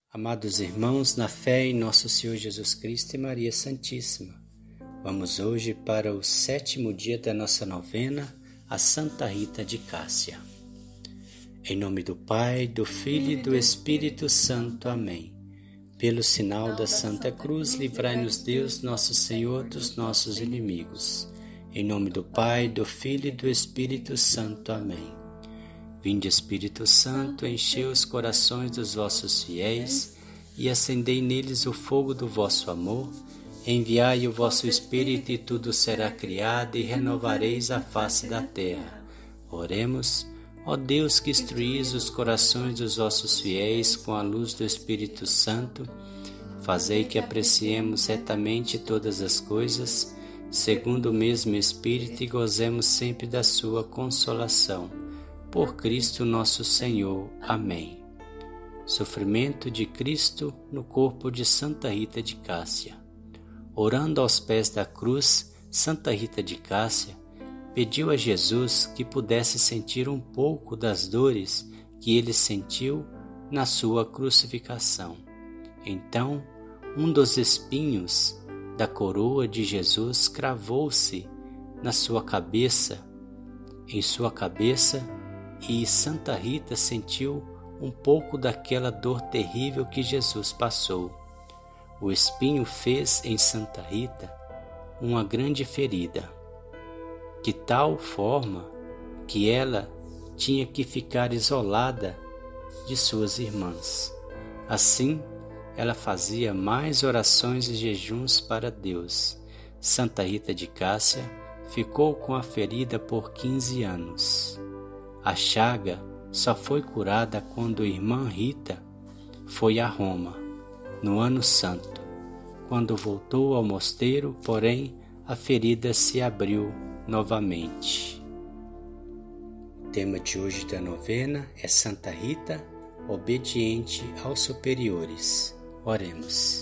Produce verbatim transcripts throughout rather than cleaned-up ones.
Amados irmãos, na fé em nosso Senhor Jesus Cristo e Maria Santíssima, vamos hoje para o sétimo dia da nossa novena, a Santa Rita de Cássia. Em nome do Pai, do Filho e do Espírito Santo. Amém. Pelo sinal da Santa Cruz, livrai-nos Deus, nosso Senhor, dos nossos inimigos. Em nome do Pai, do Filho e do Espírito Santo. Amém. Vinde, Espírito Santo, enchei os corações dos vossos fiéis e acendei neles o fogo do vosso amor. Enviai o vosso Espírito e tudo será criado e renovareis a face da terra. Oremos. Ó Deus, que instruís os corações dos vossos fiéis com a luz do Espírito Santo, fazei que apreciemos retamente todas as coisas, segundo o mesmo Espírito, e gozemos sempre da sua consolação. Por Cristo nosso Senhor. Amém. Sofrimento de Cristo no corpo de Santa Rita de Cássia. Orando aos pés da cruz, Santa Rita de Cássia pediu a Jesus que pudesse sentir um pouco das dores que ele sentiu na sua crucificação. Então, um dos espinhos da coroa de Jesus cravou-se na sua cabeça, em sua cabeça, e Santa Rita sentiu um pouco daquela dor terrível que Jesus passou. O espinho fez em Santa Rita uma grande ferida, de tal forma que ela tinha que ficar isolada de suas irmãs. Assim, ela fazia mais orações e jejuns para Deus. Santa Rita de Cássia ficou com a ferida por quinze anos. A chaga só foi curada quando a irmã Rita foi a Roma, no ano santo. Quando voltou ao mosteiro, porém, a ferida se abriu novamente. O tema de hoje da novena é Santa Rita, obediente aos superiores. Oremos.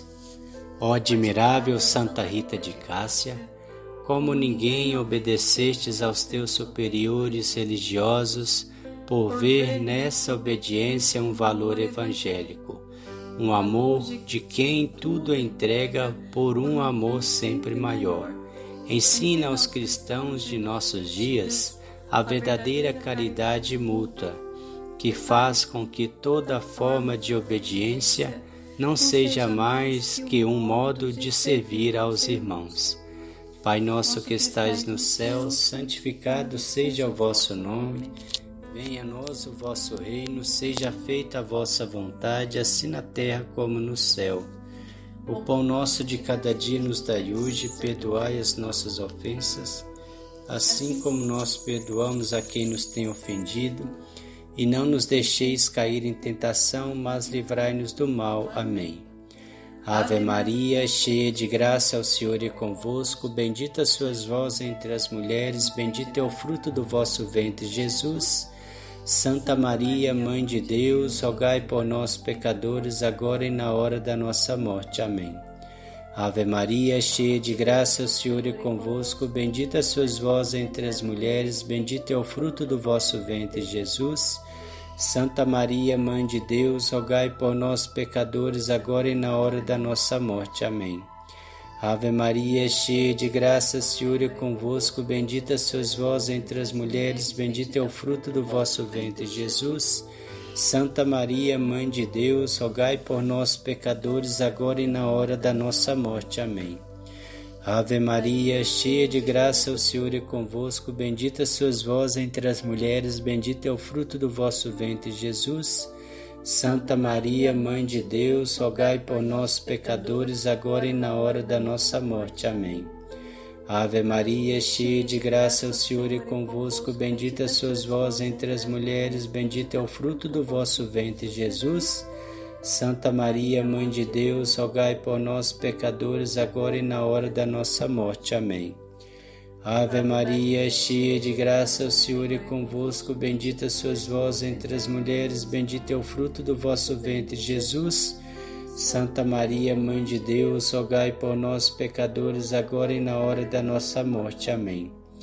Ó admirável Santa Rita de Cássia, como ninguém obedecestes aos teus superiores religiosos, por ver nessa obediência um valor evangélico, um amor de quem tudo entrega por um amor sempre maior. Ensina aos cristãos de nossos dias a verdadeira caridade mútua, que faz com que toda forma de obediência não seja mais que um modo de servir aos irmãos. Pai nosso que estais no céu, santificado seja o vosso nome. Venha a nós o vosso reino, seja feita a vossa vontade, assim na terra como no céu. O pão nosso de cada dia nos dai hoje, perdoai as nossas ofensas, assim como nós perdoamos a quem nos tem ofendido, e não nos deixeis cair em tentação, mas livrai-nos do mal. Amém. Ave Maria, cheia de graça, o Senhor é convosco, bendita sois vós entre as mulheres, bendito é o fruto do vosso ventre, Jesus. Santa Maria, Mãe de Deus, rogai por nós, pecadores, agora e na hora da nossa morte. Amém. Ave Maria, cheia de graça, o Senhor é convosco, bendita sois vós entre as mulheres, bendito é o fruto do vosso ventre, Jesus. Santa Maria, Mãe de Deus, rogai por nós, pecadores, agora e na hora da nossa morte. Amém. Ave Maria, cheia de graça, o Senhor é convosco, bendita sois vós entre as mulheres, bendito é o fruto do vosso ventre, Jesus. Santa Maria, Mãe de Deus, rogai por nós, pecadores, agora e na hora da nossa morte. Amém. Ave Maria, cheia de graça, o Senhor é convosco, bendita sois vós entre as mulheres, bendito é o fruto do vosso ventre, Jesus. Santa Maria, Mãe de Deus, rogai por nós, pecadores, agora e na hora da nossa morte. Amém. Ave Maria, cheia de graça, o Senhor é convosco, bendita sois vós entre as mulheres, bendito é o fruto do vosso ventre, Jesus. Santa Maria, Mãe de Deus, rogai por nós, pecadores, agora e na hora da nossa morte. Amém. Ave Maria, cheia de graça, o Senhor é convosco, bendita sois vós entre as mulheres, bendito é o fruto do vosso ventre, Jesus. Santa Maria, Mãe de Deus, rogai por nós, pecadores, agora e na hora da nossa morte. Amém.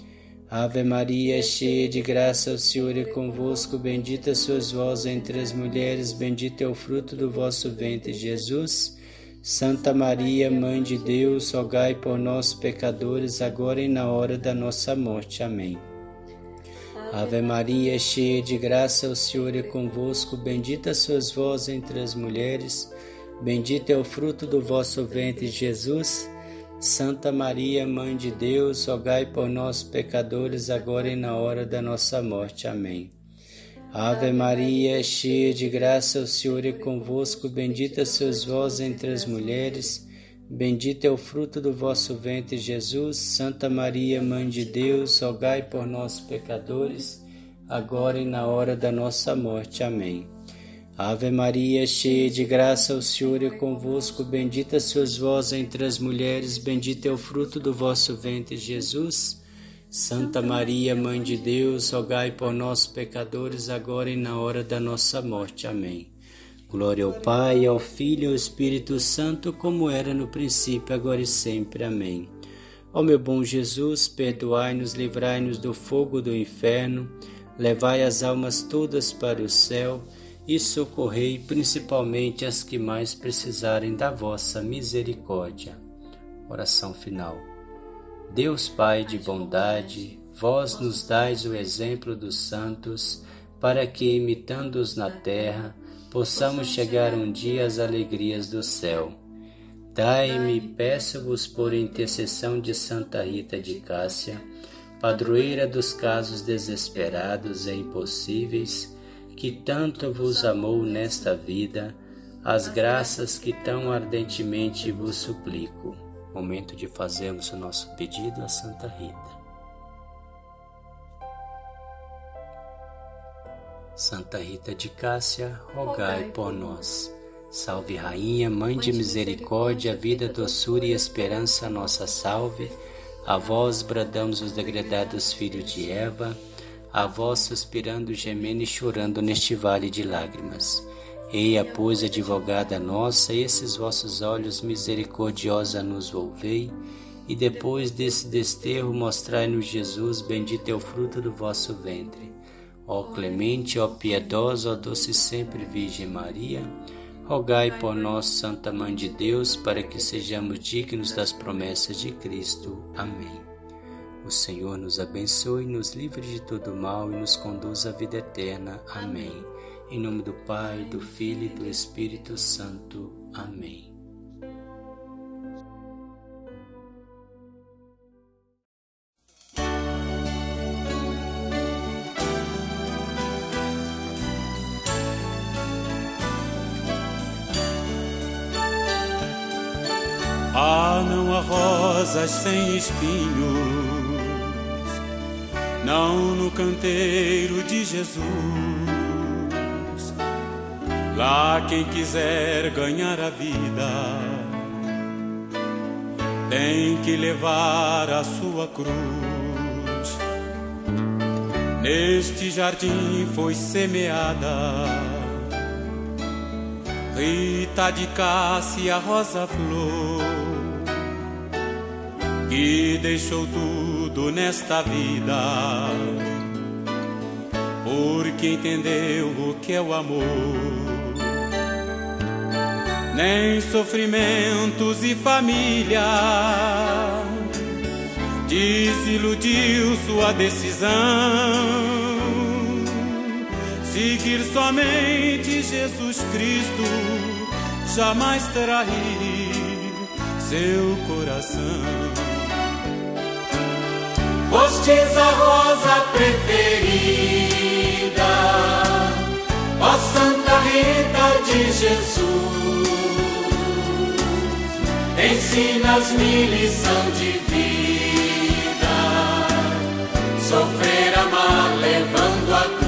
Ave Maria, cheia de graça, o Senhor é convosco, bendita sois vós entre as mulheres, bendito é o fruto do vosso ventre, Jesus. Santa Maria, Mãe de Deus, rogai por nós, pecadores, agora e na hora da nossa morte. Amém. Ave Maria, cheia de graça, o Senhor é convosco, bendita sois vós entre as mulheres, bendito é o fruto do vosso ventre, Jesus. Santa Maria, Mãe de Deus, rogai por nós, pecadores, agora e na hora da nossa morte. Amém. Ave Maria, cheia de graça, o Senhor é convosco, bendita sois vós entre as mulheres, bendito é o fruto do vosso ventre, Jesus. Santa Maria, Mãe de Deus, rogai por nós, pecadores, agora e na hora da nossa morte. Amém. Ave Maria, cheia de graça, o Senhor é convosco, bendita sois vós entre as mulheres, bendito é o fruto do vosso ventre, Jesus. Santa Maria, Mãe de Deus, rogai por nós, pecadores, agora e na hora da nossa morte. Amém. Glória ao Pai, ao Filho e ao Espírito Santo, como era no princípio, agora e sempre. Amém. Ó meu bom Jesus, perdoai-nos, livrai-nos do fogo do inferno, levai as almas todas para o céu e socorrei principalmente as que mais precisarem da vossa misericórdia. Oração final. Deus Pai de bondade, vós nos dais o exemplo dos santos, para que, imitando-os na terra, possamos chegar um dia às alegrias do céu. Dai-me, peço-vos por intercessão de Santa Rita de Cássia, padroeira dos casos desesperados e impossíveis, que tanto vos amou nesta vida, as graças que tão ardentemente vos suplico. Momento de fazermos o nosso pedido a Santa Rita. Santa Rita de Cássia, rogai por nós. Salve Rainha, Mãe de misericórdia, vida, doçura e esperança, nossa salve. A vós bradamos os degredados filhos de Eva, a vós suspirando, gemendo e chorando neste vale de lágrimas. Eia, pois, advogada nossa, esses vossos olhos misericordiosa nos volvei, e depois desse desterro mostrai-nos Jesus, bendito é o fruto do vosso ventre. Ó clemente, ó piedosa, ó doce sempre Virgem Maria, rogai por nós, Santa Mãe de Deus, para que sejamos dignos das promessas de Cristo. Amém. O Senhor nos abençoe, nos livre de todo mal e nos conduz à vida eterna. Amém. Em nome do Pai, do Filho e do Espírito Santo. Amém. Ah, não há rosas sem espinhos, não no canteiro de Jesus. Lá quem quiser ganhar a vida tem que levar a sua cruz. Neste jardim foi semeada Rita de Cássia, rosa flor, que deixou tudo nesta vida, porque entendeu o que é o amor. Nem sofrimentos e família desiludiu sua decisão. Seguir somente Jesus Cristo jamais trair seu coração. Fostes a rosa preferida, ó Santa Rita de Jesus, ensinas-me lição de vida, sofrer, amar, levando a cruz.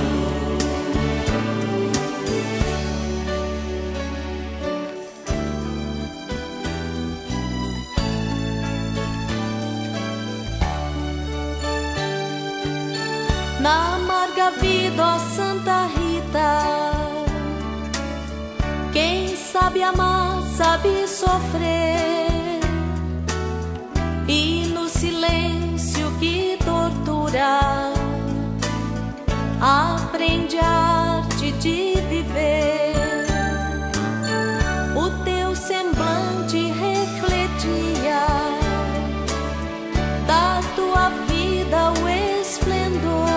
Na amarga vida, ó Santa Rita, quem sabe amar, sabe sofrer, e no silêncio que tortura ternura, aprende a arte de viver. O teu semblante refletia da tua vida o esplendor,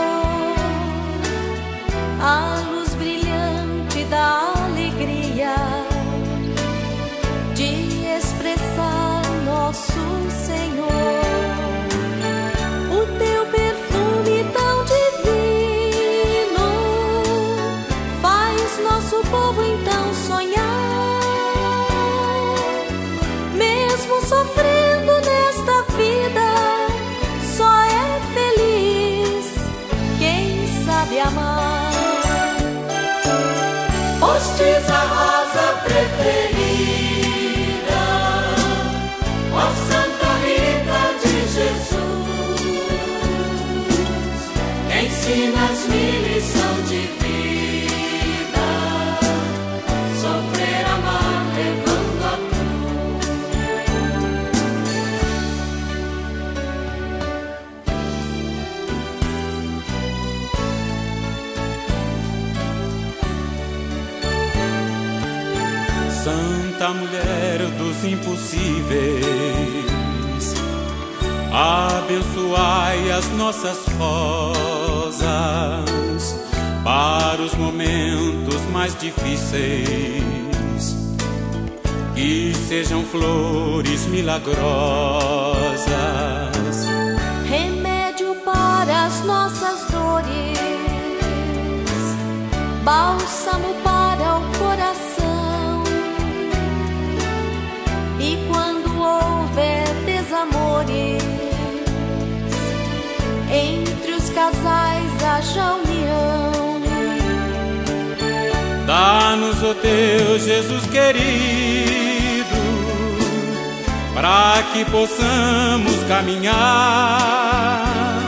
a luz brilhante da alegria de expressar nosso Senhor. O teu perfume tão divino faz nosso povo então sonhar. Mesmo sofrendo nesta vida, só é feliz quem sabe amar. Fostes a rosa preferida, ó Santa Rita de Jesus. Ensina-me lição de vida, sofrer, amar, levando a Santa mulher dos impossíveis, abençoai as nossas rosas para os momentos mais difíceis, que sejam flores milagrosas, Remédio para as nossas dores, bálsamo para o coração. E quando houver desamores, entre os casais haja união. Dá-nos, ó teu Jesus querido, para que possamos caminhar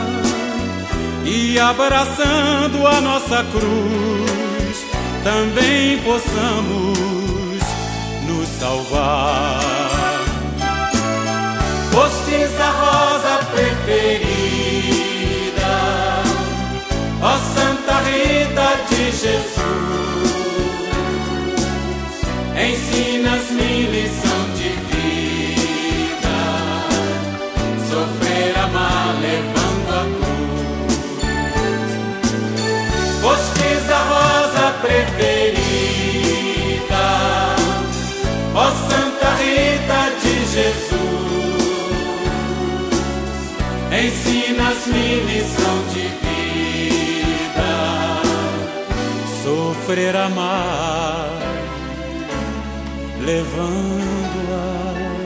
e, abraçando a nossa cruz, também possamos nos salvar. Fostes a rosa preferida, ó Santa Rita de Jesus. Ensinas-me lição de vida, sofrer, amar, levando a cruz. Fostes a rosa preferida, ó Santa Rita de Jesus. Ensinas-me lição de vida, sofrer, amar, levando a